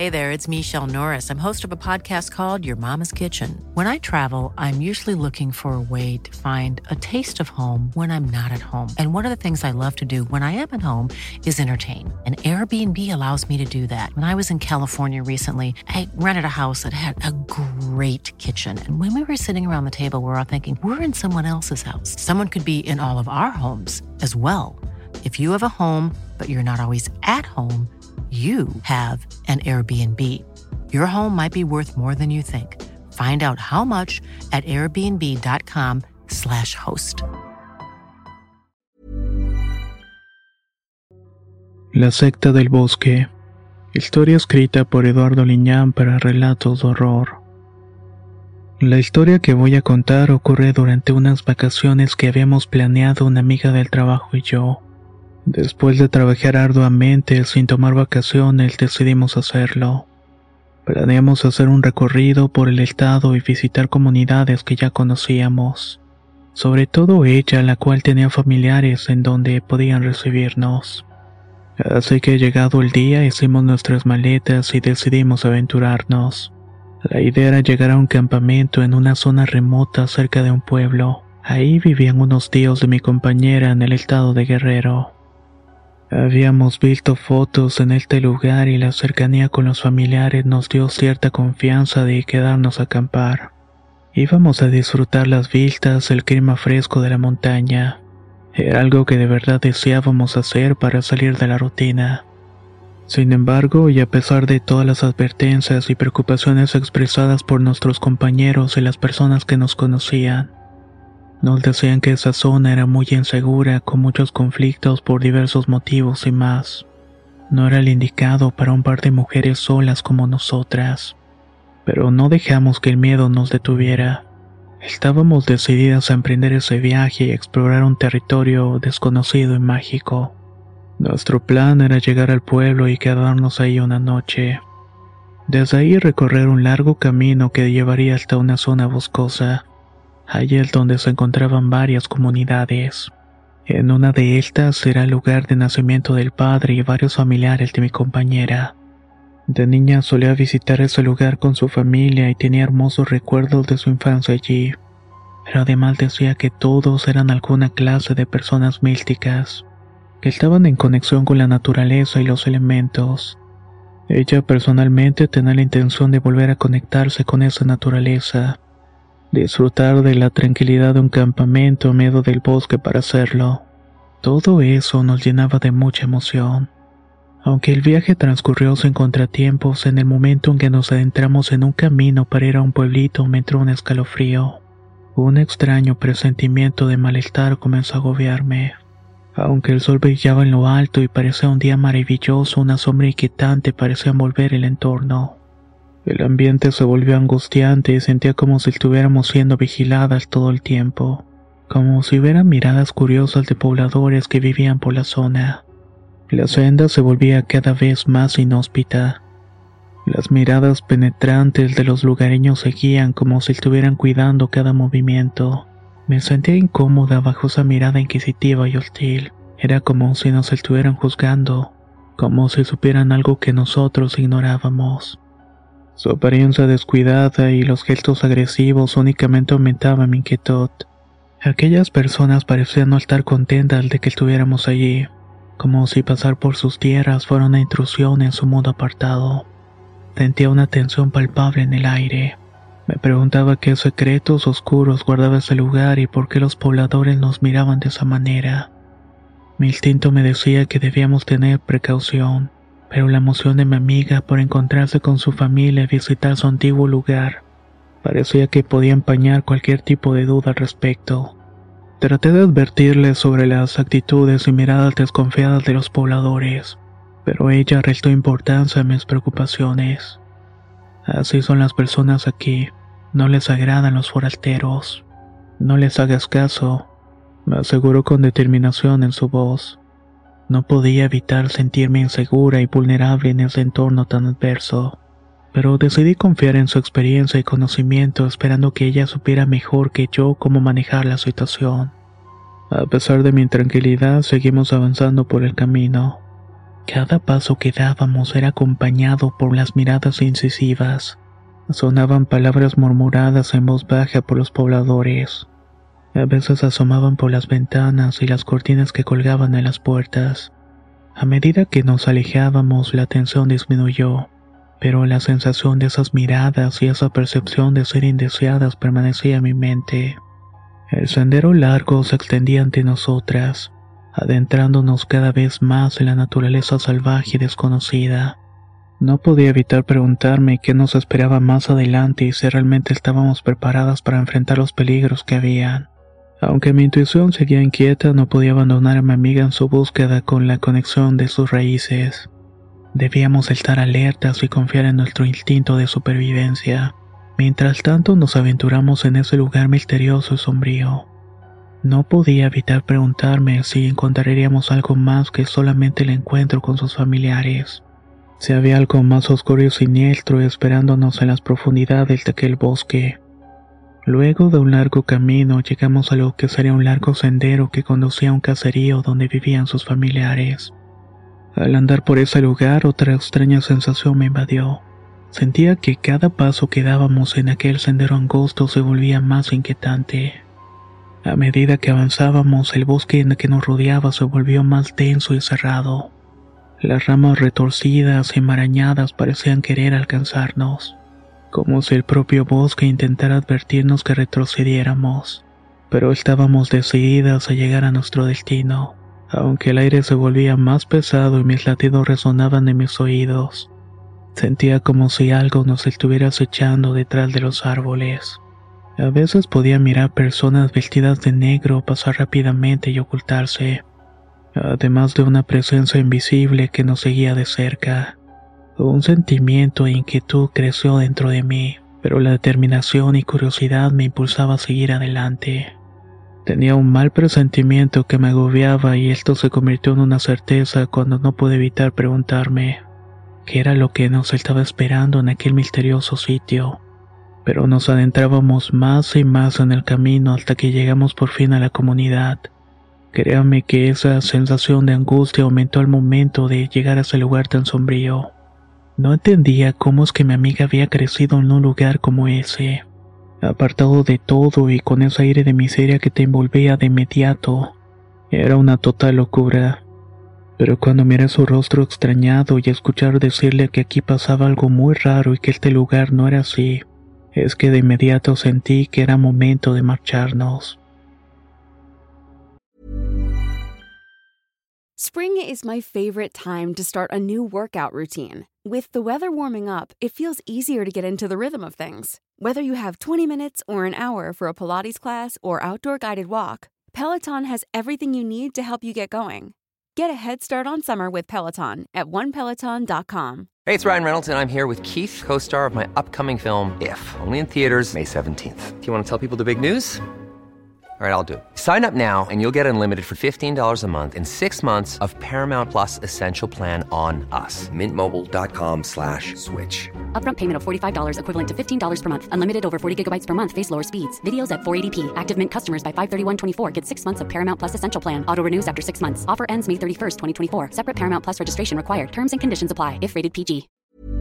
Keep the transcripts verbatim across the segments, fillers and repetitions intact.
Hey there, it's Michelle Norris. I'm host of a podcast called Your Mama's Kitchen. When I travel, I'm usually looking for a way to find a taste of home when I'm not at home. And one of the things I love to do when I am at home is entertain. And Airbnb allows me to do that. When I was in California recently, I rented a house that had a great kitchen. And when we were sitting around the table, we were all thinking, we're in someone else's house. Someone could be in all of our homes as well. If you have a home, but you're not always at home, you have an Airbnb. Your home might be worth more than you think. Find out how much at airbnb.com slash host. La secta del bosque. Historia escrita por Eduardo Liñán para relatos de horror. La historia que voy a contar ocurre durante unas vacaciones que habíamos planeado una amiga del trabajo y yo. Después de trabajar arduamente sin tomar vacaciones, decidimos hacerlo. Planeamos hacer un recorrido por el estado y visitar comunidades que ya conocíamos. Sobre todo ella, la cual tenía familiares en donde podían recibirnos. Así que llegado el día, hicimos nuestras maletas y decidimos aventurarnos. La idea era llegar a un campamento en una zona remota cerca de un pueblo. Ahí vivían unos tíos de mi compañera en el estado de Guerrero. Habíamos visto fotos en este lugar y la cercanía con los familiares nos dio cierta confianza de quedarnos a acampar. Íbamos a disfrutar las vistas, el clima fresco de la montaña. Era algo que de verdad deseábamos hacer para salir de la rutina. Sin embargo, y a pesar de todas las advertencias y preocupaciones expresadas por nuestros compañeros y las personas que nos conocían, nos decían que esa zona era muy insegura, con muchos conflictos por diversos motivos y más. No era el indicado para un par de mujeres solas como nosotras. Pero no dejamos que el miedo nos detuviera. Estábamos decididas a emprender ese viaje y explorar un territorio desconocido y mágico. Nuestro plan era llegar al pueblo y quedarnos ahí una noche. Desde ahí recorrer un largo camino que llevaría hasta una zona boscosa. Allí es donde se encontraban varias comunidades. En una de estas era el lugar de nacimiento del padre y varios familiares de mi compañera. De niña solía visitar ese lugar con su familia y tenía hermosos recuerdos de su infancia allí. Pero además decía que todos eran alguna clase de personas místicas, que estaban en conexión con la naturaleza y los elementos. Ella personalmente tenía la intención de volver a conectarse con esa naturaleza. Disfrutar de la tranquilidad de un campamento en medio del bosque para hacerlo. Todo eso nos llenaba de mucha emoción. Aunque el viaje transcurrió sin contratiempos, en el momento en que nos adentramos en un camino para ir a un pueblito me entró un escalofrío. Un extraño presentimiento de malestar comenzó a agobiarme. Aunque el sol brillaba en lo alto y parecía un día maravilloso, una sombra inquietante parecía envolver el entorno. El ambiente se volvió angustiante y sentía como si estuviéramos siendo vigiladas todo el tiempo, como si hubiera miradas curiosas de pobladores que vivían por la zona. La senda se volvía cada vez más inhóspita. Las miradas penetrantes de los lugareños seguían como si estuvieran cuidando cada movimiento. Me sentía incómoda bajo esa mirada inquisitiva y hostil. Era como si nos estuvieran juzgando, como si supieran algo que nosotros ignorábamos. Su apariencia descuidada y los gestos agresivos únicamente aumentaban mi inquietud. Aquellas personas parecían no estar contentas de que estuviéramos allí, como si pasar por sus tierras fuera una intrusión en su mundo apartado. Sentía una tensión palpable en el aire. Me preguntaba qué secretos oscuros guardaba ese lugar y por qué los pobladores nos miraban de esa manera. Mi instinto me decía que debíamos tener precaución. Pero la emoción de mi amiga por encontrarse con su familia y visitar su antiguo lugar parecía que podía empañar cualquier tipo de duda al respecto. Traté de advertirle sobre las actitudes y miradas desconfiadas de los pobladores, pero ella restó importancia a mis preocupaciones. Así son las personas aquí, no les agradan los forasteros. No les hagas caso, me aseguró con determinación en su voz. No podía evitar sentirme insegura y vulnerable en ese entorno tan adverso, pero decidí confiar en su experiencia y conocimiento, esperando que ella supiera mejor que yo cómo manejar la situación. A pesar de mi intranquilidad, seguimos avanzando por el camino. Cada paso que dábamos era acompañado por las miradas incisivas. Sonaban palabras murmuradas en voz baja por los pobladores. A veces asomaban por las ventanas y las cortinas que colgaban en las puertas. A medida que nos alejábamos, la tensión disminuyó, pero la sensación de esas miradas y esa percepción de ser indeseadas permanecía en mi mente. El sendero largo se extendía ante nosotras, adentrándonos cada vez más en la naturaleza salvaje y desconocida. No podía evitar preguntarme qué nos esperaba más adelante y si realmente estábamos preparadas para enfrentar los peligros que habían. Aunque mi intuición seguía inquieta, no podía abandonar a mi amiga en su búsqueda con la conexión de sus raíces. Debíamos estar alertas y confiar en nuestro instinto de supervivencia. Mientras tanto nos aventuramos en ese lugar misterioso y sombrío. No podía evitar preguntarme si encontraríamos algo más que solamente el encuentro con sus familiares. Si había algo más oscuro y siniestro esperándonos en las profundidades de aquel bosque. Luego de un largo camino llegamos a lo que sería un largo sendero que conducía a un caserío donde vivían sus familiares. Al andar por ese lugar otra extraña sensación me invadió. Sentía que cada paso que dábamos en aquel sendero angosto se volvía más inquietante. A medida que avanzábamos, el bosque en el que nos rodeaba se volvió más denso y cerrado. Las ramas retorcidas y enmarañadas parecían querer alcanzarnos, como si el propio bosque intentara advertirnos que retrocediéramos. Pero estábamos decididas a llegar a nuestro destino, aunque el aire se volvía más pesado y mis latidos resonaban en mis oídos. Sentía como si algo nos estuviera acechando detrás de los árboles. A veces podía mirar personas vestidas de negro pasar rápidamente y ocultarse, además de una presencia invisible que nos seguía de cerca. Un sentimiento de inquietud creció dentro de mí, pero la determinación y curiosidad me impulsaba a seguir adelante. Tenía un mal presentimiento que me agobiaba y esto se convirtió en una certeza cuando no pude evitar preguntarme qué era lo que nos estaba esperando en aquel misterioso sitio. Pero nos adentrábamos más y más en el camino hasta que llegamos por fin a la comunidad. Créame que esa sensación de angustia aumentó al momento de llegar a ese lugar tan sombrío. No entendía cómo es que mi amiga había crecido en un lugar como ese, apartado de todo y con ese aire de miseria que te envolvía de inmediato. Era una total locura. Pero cuando miré su rostro extrañado y escuchar decirle que aquí pasaba algo muy raro y que este lugar no era así, es que de inmediato sentí que era momento de marcharnos. Spring is my favorite time to start a new workout routine. With the weather warming up, it feels easier to get into the rhythm of things. Whether you have twenty minutes or an hour for a Pilates class or outdoor guided walk, Peloton has everything you need to help you get going. Get a head start on summer with Peloton at one peloton dot com. Hey, it's Ryan Reynolds, and I'm here with Keith, co-star of my upcoming film, If, only in theaters May seventeenth. Do you want to tell people the big news? All right, I'll do it. Sign up now and you'll get unlimited for fifteen dollars a month and six months of Paramount Plus Essential Plan on us. Mint Mobile dot com slash switch. Upfront payment of forty-five dollars equivalent to fifteen dollars per month. Unlimited over forty gigabytes per month. Face lower speeds. Videos at four eighty p. Active Mint customers by five thirty-one twenty-four get six months of Paramount Plus Essential Plan. Auto renews after six months. Offer ends May thirty-first, twenty twenty-four. Separate Paramount Plus registration required. Terms and conditions apply if rated P G.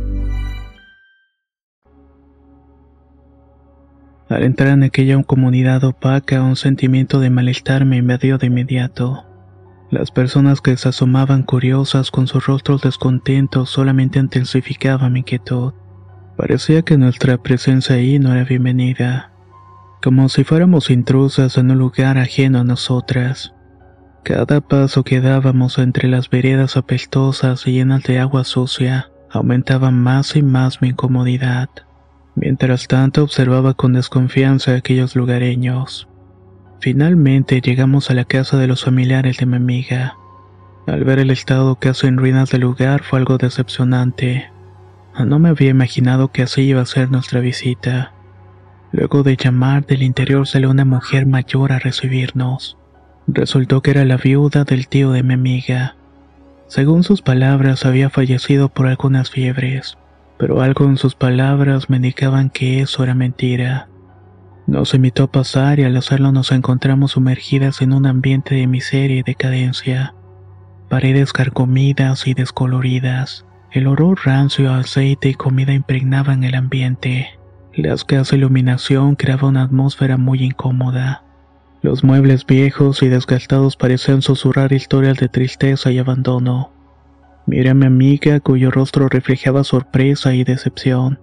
Al entrar en aquella comunidad opaca, un sentimiento de malestar me invadió de inmediato. Las personas que se asomaban curiosas con sus rostros descontentos solamente intensificaban mi inquietud. Parecía que nuestra presencia ahí no era bienvenida, como si fuéramos intrusas en un lugar ajeno a nosotras. Cada paso que dábamos entre las veredas apestosas y llenas de agua sucia aumentaba más y más mi incomodidad. Mientras tanto observaba con desconfianza a aquellos lugareños. Finalmente llegamos a la casa de los familiares de mi amiga. Al ver el estado casi en ruinas del lugar fue algo decepcionante. No me había imaginado que así iba a ser nuestra visita. Luego de llamar del interior salió una mujer mayor a recibirnos. Resultó que era la viuda del tío de mi amiga. Según sus palabras había fallecido por algunas fiebres, pero algo en sus palabras me indicaban que eso era mentira. Nos invitó a pasar y al hacerlo nos encontramos sumergidas en un ambiente de miseria y decadencia. paredes carcomidas y descoloridas. El olor rancio a aceite y comida impregnaban el ambiente. La escasa iluminación creaba una atmósfera muy incómoda. Los muebles viejos y desgastados parecían susurrar historias de tristeza y abandono. Miré a mi amiga, cuyo rostro reflejaba sorpresa y decepción.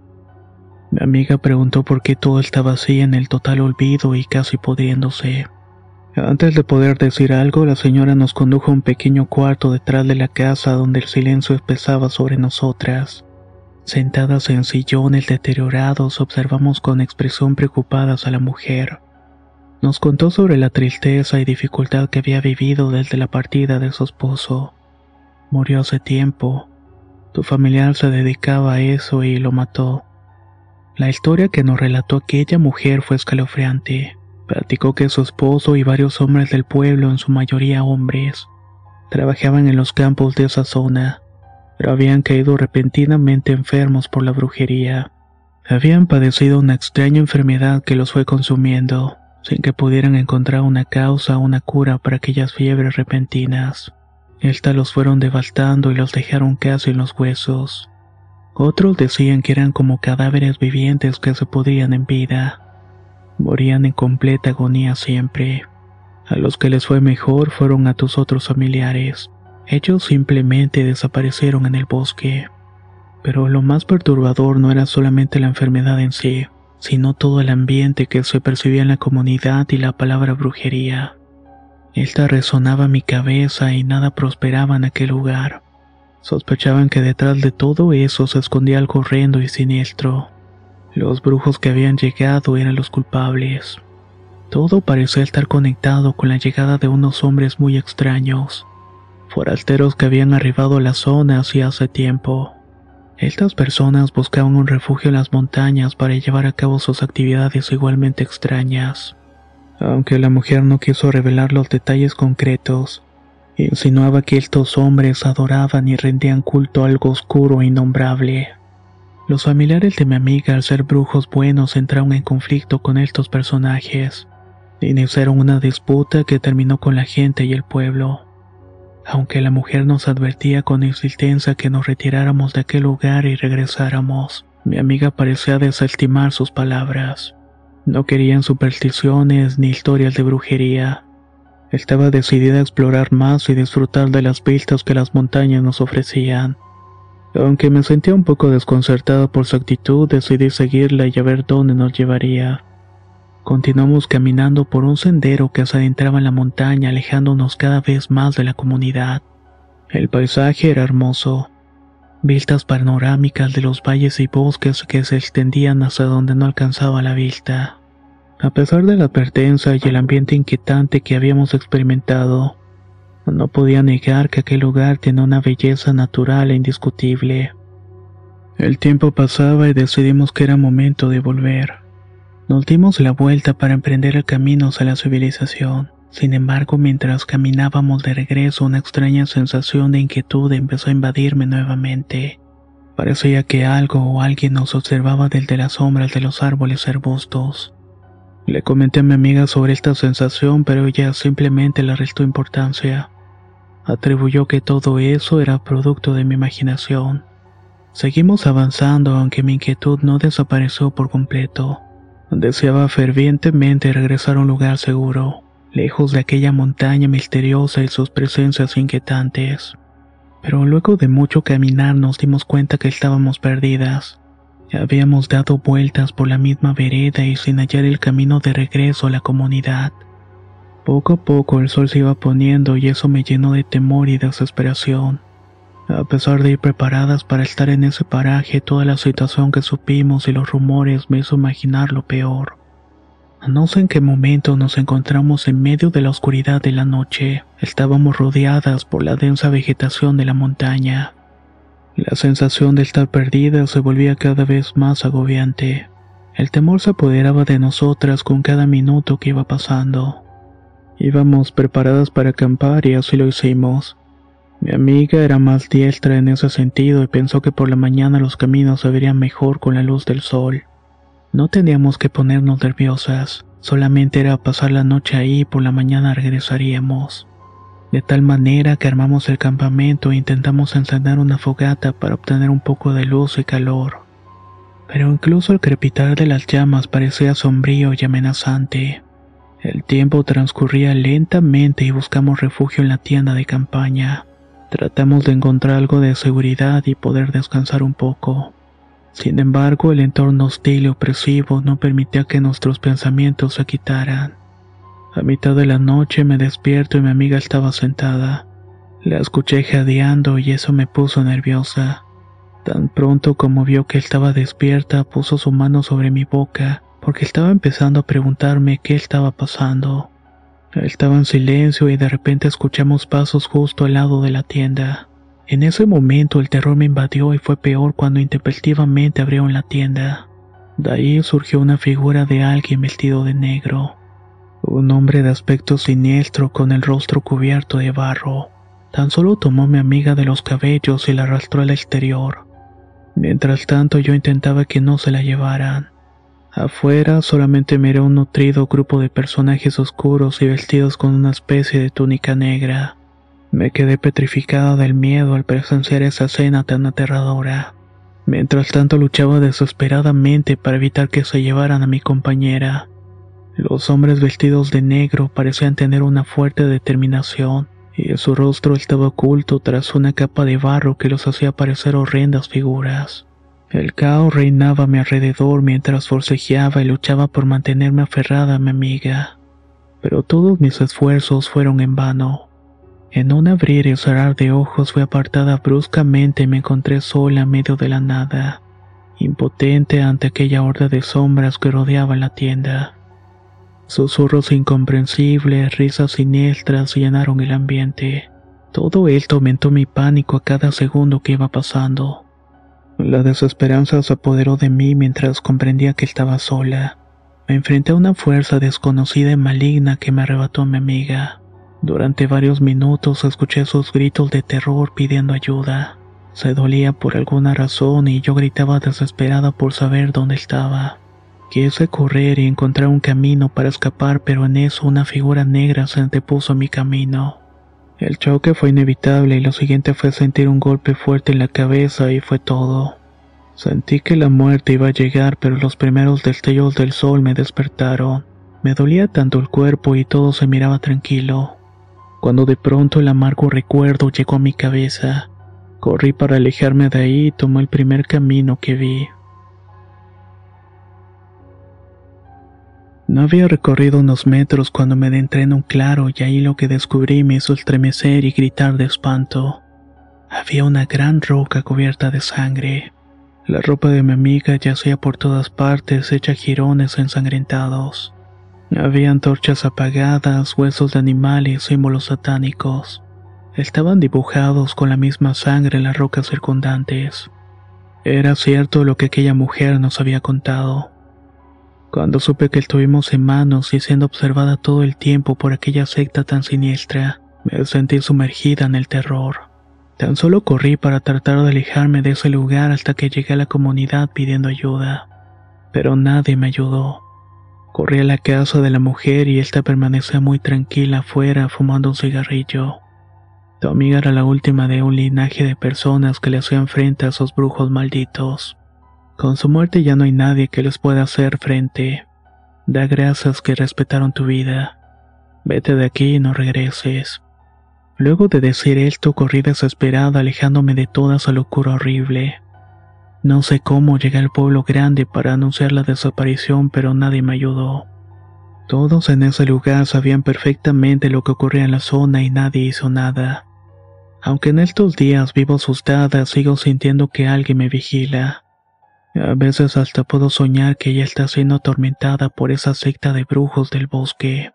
Mi amiga preguntó por qué todo estaba así en el total olvido y casi pudriéndose. Antes de poder decir algo, la señora nos condujo a un pequeño cuarto detrás de la casa donde el silencio pesaba sobre nosotras. Sentadas en sillones deteriorados, observamos con expresión preocupadas a la mujer. Nos contó sobre la tristeza y dificultad que había vivido desde la partida de su esposo. Murió hace tiempo. Tu familiar se dedicaba a eso y lo mató. La historia que nos relató aquella mujer fue escalofriante. Platicó que su esposo y varios hombres del pueblo, en su mayoría hombres, trabajaban en los campos de esa zona, pero habían caído repentinamente enfermos por la brujería. Habían padecido una extraña enfermedad que los fue consumiendo, sin que pudieran encontrar una causa o una cura para aquellas fiebres repentinas. Estas los fueron devastando y los dejaron casi en los huesos. Otros decían que eran como cadáveres vivientes que se pudrían en vida. Morían en completa agonía siempre. A los que les fue mejor fueron a tus otros familiares. Ellos simplemente desaparecieron en el bosque. Pero lo más perturbador no era solamente la enfermedad en sí, sino todo el ambiente que se percibía en la comunidad y la palabra brujería. Esta resonaba en mi cabeza y nada prosperaba en aquel lugar. Sospechaban que detrás de todo eso se escondía algo horrendo y siniestro. Los brujos que habían llegado eran los culpables. Todo parecía estar conectado con la llegada de unos hombres muy extraños, forasteros que habían arribado a la zona hacía hace tiempo. Estas personas buscaban un refugio en las montañas para llevar a cabo sus actividades igualmente extrañas. Aunque la mujer no quiso revelar los detalles concretos, insinuaba que estos hombres adoraban y rendían culto a algo oscuro e innombrable. Los familiares de mi amiga, al ser brujos buenos, entraron en conflicto con estos personajes. Iniciaron una disputa que terminó con la gente y el pueblo. Aunque la mujer nos advertía con insistencia que nos retiráramos de aquel lugar y regresáramos, mi amiga parecía desestimar sus palabras. No querían supersticiones ni historias de brujería. Estaba decidida a explorar más y disfrutar de las vistas que las montañas nos ofrecían. Aunque me sentía un poco desconcertada por su actitud, decidí seguirla y a ver dónde nos llevaría. Continuamos caminando por un sendero que se adentraba en la montaña, alejándonos cada vez más de la comunidad. El paisaje era hermoso. Vistas panorámicas de los valles y bosques que se extendían hasta donde no alcanzaba la vista. A pesar de la advertencia y el ambiente inquietante que habíamos experimentado, no podía negar que aquel lugar tenía una belleza natural e indiscutible. El tiempo pasaba y decidimos que era momento de volver. Nos dimos la vuelta para emprender el camino hacia la civilización. Sin embargo, mientras caminábamos de regreso, una extraña sensación de inquietud empezó a invadirme nuevamente. Parecía que algo o alguien nos observaba desde las sombras de los árboles y arbustos. Le comenté a mi amiga sobre esta sensación, pero ella simplemente le restó importancia. Atribuyó que todo eso era producto de mi imaginación. Seguimos avanzando, aunque mi inquietud no desapareció por completo. Deseaba fervientemente regresar a un lugar seguro, lejos de aquella montaña misteriosa y sus presencias inquietantes. Pero luego de mucho caminar nos dimos cuenta que estábamos perdidas. Habíamos dado vueltas por la misma vereda y sin hallar el camino de regreso a la comunidad. Poco a poco el sol se iba poniendo y eso me llenó de temor y desesperación. A pesar de ir preparadas para estar en ese paraje, toda la situación que supimos y los rumores me hizo imaginar lo peor. No sé en qué momento nos encontramos en medio de la oscuridad de la noche. Estábamos rodeadas por la densa vegetación de la montaña. La sensación de estar perdida se volvía cada vez más agobiante. El temor se apoderaba de nosotras con cada minuto que iba pasando. Íbamos preparadas para acampar y así lo hicimos. Mi amiga era más diestra en ese sentido y pensó que por la mañana los caminos se verían mejor con la luz del sol. No teníamos que ponernos nerviosas, solamente era pasar la noche ahí y por la mañana regresaríamos. de tal manera que armamos el campamento e intentamos encender una fogata para obtener un poco de luz y calor. Pero incluso el crepitar de las llamas parecía sombrío y amenazante. El tiempo transcurría lentamente y buscamos refugio en la tienda de campaña. Tratamos de encontrar algo de seguridad y poder descansar un poco. Sin embargo, el entorno hostil y opresivo no permitía que nuestros pensamientos se quitaran. A mitad de la noche me despierto y mi amiga estaba sentada. La escuché jadeando y eso me puso nerviosa. Tan pronto como vio que estaba despierta, puso su mano sobre mi boca, porque estaba empezando a preguntarme qué estaba pasando. Estaba en silencio y de repente escuchamos pasos justo al lado de la tienda. En ese momento el terror me invadió y fue peor cuando intempestivamente abrieron la tienda. De ahí surgió una figura de alguien vestido de negro. Un hombre de aspecto siniestro con el rostro cubierto de barro. Tan solo tomó a mi amiga de los cabellos y la arrastró al exterior. Mientras tanto yo intentaba que no se la llevaran. Afuera solamente miré un nutrido grupo de personajes oscuros y vestidos con una especie de túnica negra. Me quedé petrificada del miedo al presenciar esa escena tan aterradora. Mientras tanto luchaba desesperadamente para evitar que se llevaran a mi compañera. Los hombres vestidos de negro parecían tener una fuerte determinación, y su rostro estaba oculto tras una capa de barro que los hacía parecer horrendas figuras. El caos reinaba a mi alrededor mientras forcejeaba y luchaba por mantenerme aferrada a mi amiga. Pero todos mis esfuerzos fueron en vano. En un abrir y cerrar de ojos fui apartada bruscamente y me encontré sola en medio de la nada, impotente ante aquella horda de sombras que rodeaba la tienda. Susurros incomprensibles, risas siniestras llenaron el ambiente. Todo esto aumentó mi pánico a cada segundo que iba pasando. La desesperanza se apoderó de mí mientras comprendía que estaba sola. Me enfrenté a una fuerza desconocida y maligna que me arrebató a mi amiga. Durante varios minutos escuché sus gritos de terror pidiendo ayuda. Se dolía por alguna razón y yo gritaba desesperada por saber dónde estaba. Quise correr y encontrar un camino para escapar, pero en eso una figura negra se antepuso a mi camino. El choque fue inevitable y lo siguiente fue sentir un golpe fuerte en la cabeza y fue todo. Sentí que la muerte iba a llegar, pero los primeros destellos del sol me despertaron. Me dolía tanto el cuerpo y todo se miraba tranquilo. Cuando de pronto el amargo recuerdo llegó a mi cabeza. Corrí para alejarme de ahí y tomé el primer camino que vi. No había recorrido unos metros cuando me adentré en un claro y ahí lo que descubrí me hizo estremecer y gritar de espanto. Había una gran roca cubierta de sangre. La ropa de mi amiga yacía por todas partes, hecha jirones ensangrentados. Había antorchas apagadas, huesos de animales, símbolos satánicos. Estaban dibujados con la misma sangre en las rocas circundantes. Era cierto lo que aquella mujer nos había contado. Cuando supe que estuvimos en manos y siendo observada todo el tiempo por aquella secta tan siniestra, me sentí sumergida en el terror. Tan solo corrí para tratar de alejarme de ese lugar hasta que llegué a la comunidad pidiendo ayuda. Pero nadie me ayudó. Corrí a la casa de la mujer y ésta permanecía muy tranquila afuera fumando un cigarrillo. Tu amiga era la última de un linaje de personas que le hacían frente a esos brujos malditos. Con su muerte ya no hay nadie que les pueda hacer frente. Da gracias que respetaron tu vida. Vete de aquí y no regreses. Luego de decir esto, corrí desesperada, alejándome de toda esa locura horrible. No sé cómo llegué al pueblo grande para anunciar la desaparición, pero nadie me ayudó. Todos en ese lugar sabían perfectamente lo que ocurría en la zona y nadie hizo nada. Aunque en estos días vivo asustada, sigo sintiendo que alguien me vigila. A veces hasta puedo soñar que ella está siendo atormentada por esa secta de brujos del bosque.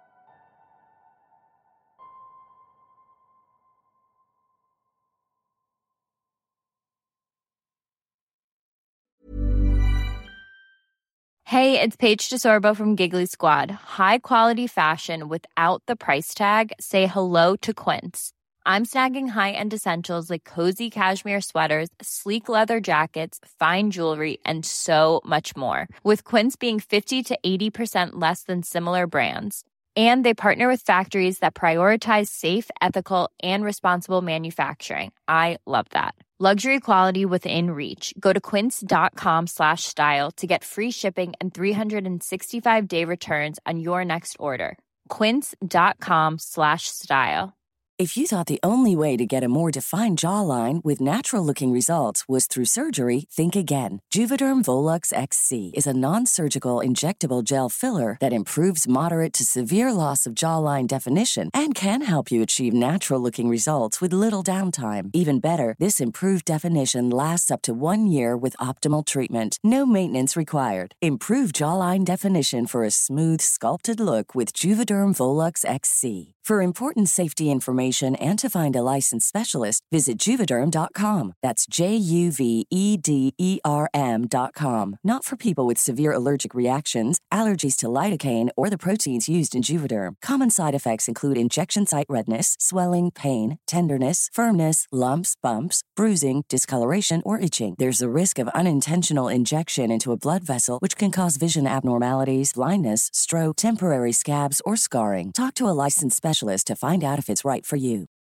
Hey, it's Paige DeSorbo from Giggly Squad. High quality fashion without the price tag. Say hello to Quince. I'm snagging high-end essentials like cozy cashmere sweaters, sleek leather jackets, fine jewelry, and so much more. With Quince being fifty to eighty percent less than similar brands. And they partner with factories that prioritize safe, ethical, and responsible manufacturing. I love that. Luxury quality within reach. Go to quince.com slash style to get free shipping and three sixty-five day returns on your next order. Quince.com slash style. If you thought the only way to get a more defined jawline with natural-looking results was through surgery, think again. Juvederm Volux X C is a non-surgical injectable gel filler that improves moderate to severe loss of jawline definition and can help you achieve natural-looking results with little downtime. Even better, this improved definition lasts up to one year with optimal treatment. No maintenance required. Improve jawline definition for a smooth, sculpted look with Juvederm Volux X C. For important safety information and to find a licensed specialist, visit Juvederm dot com. That's J U V E D E R M dot com. Not for people with severe allergic reactions, allergies to lidocaine, or the proteins used in Juvederm. Common side effects include injection site redness, swelling, pain, tenderness, firmness, lumps, bumps, bruising, discoloration, or itching. There's a risk of unintentional injection into a blood vessel, which can cause vision abnormalities, blindness, stroke, temporary scabs, or scarring. Talk to a licensed specialist to find out if it's right for you.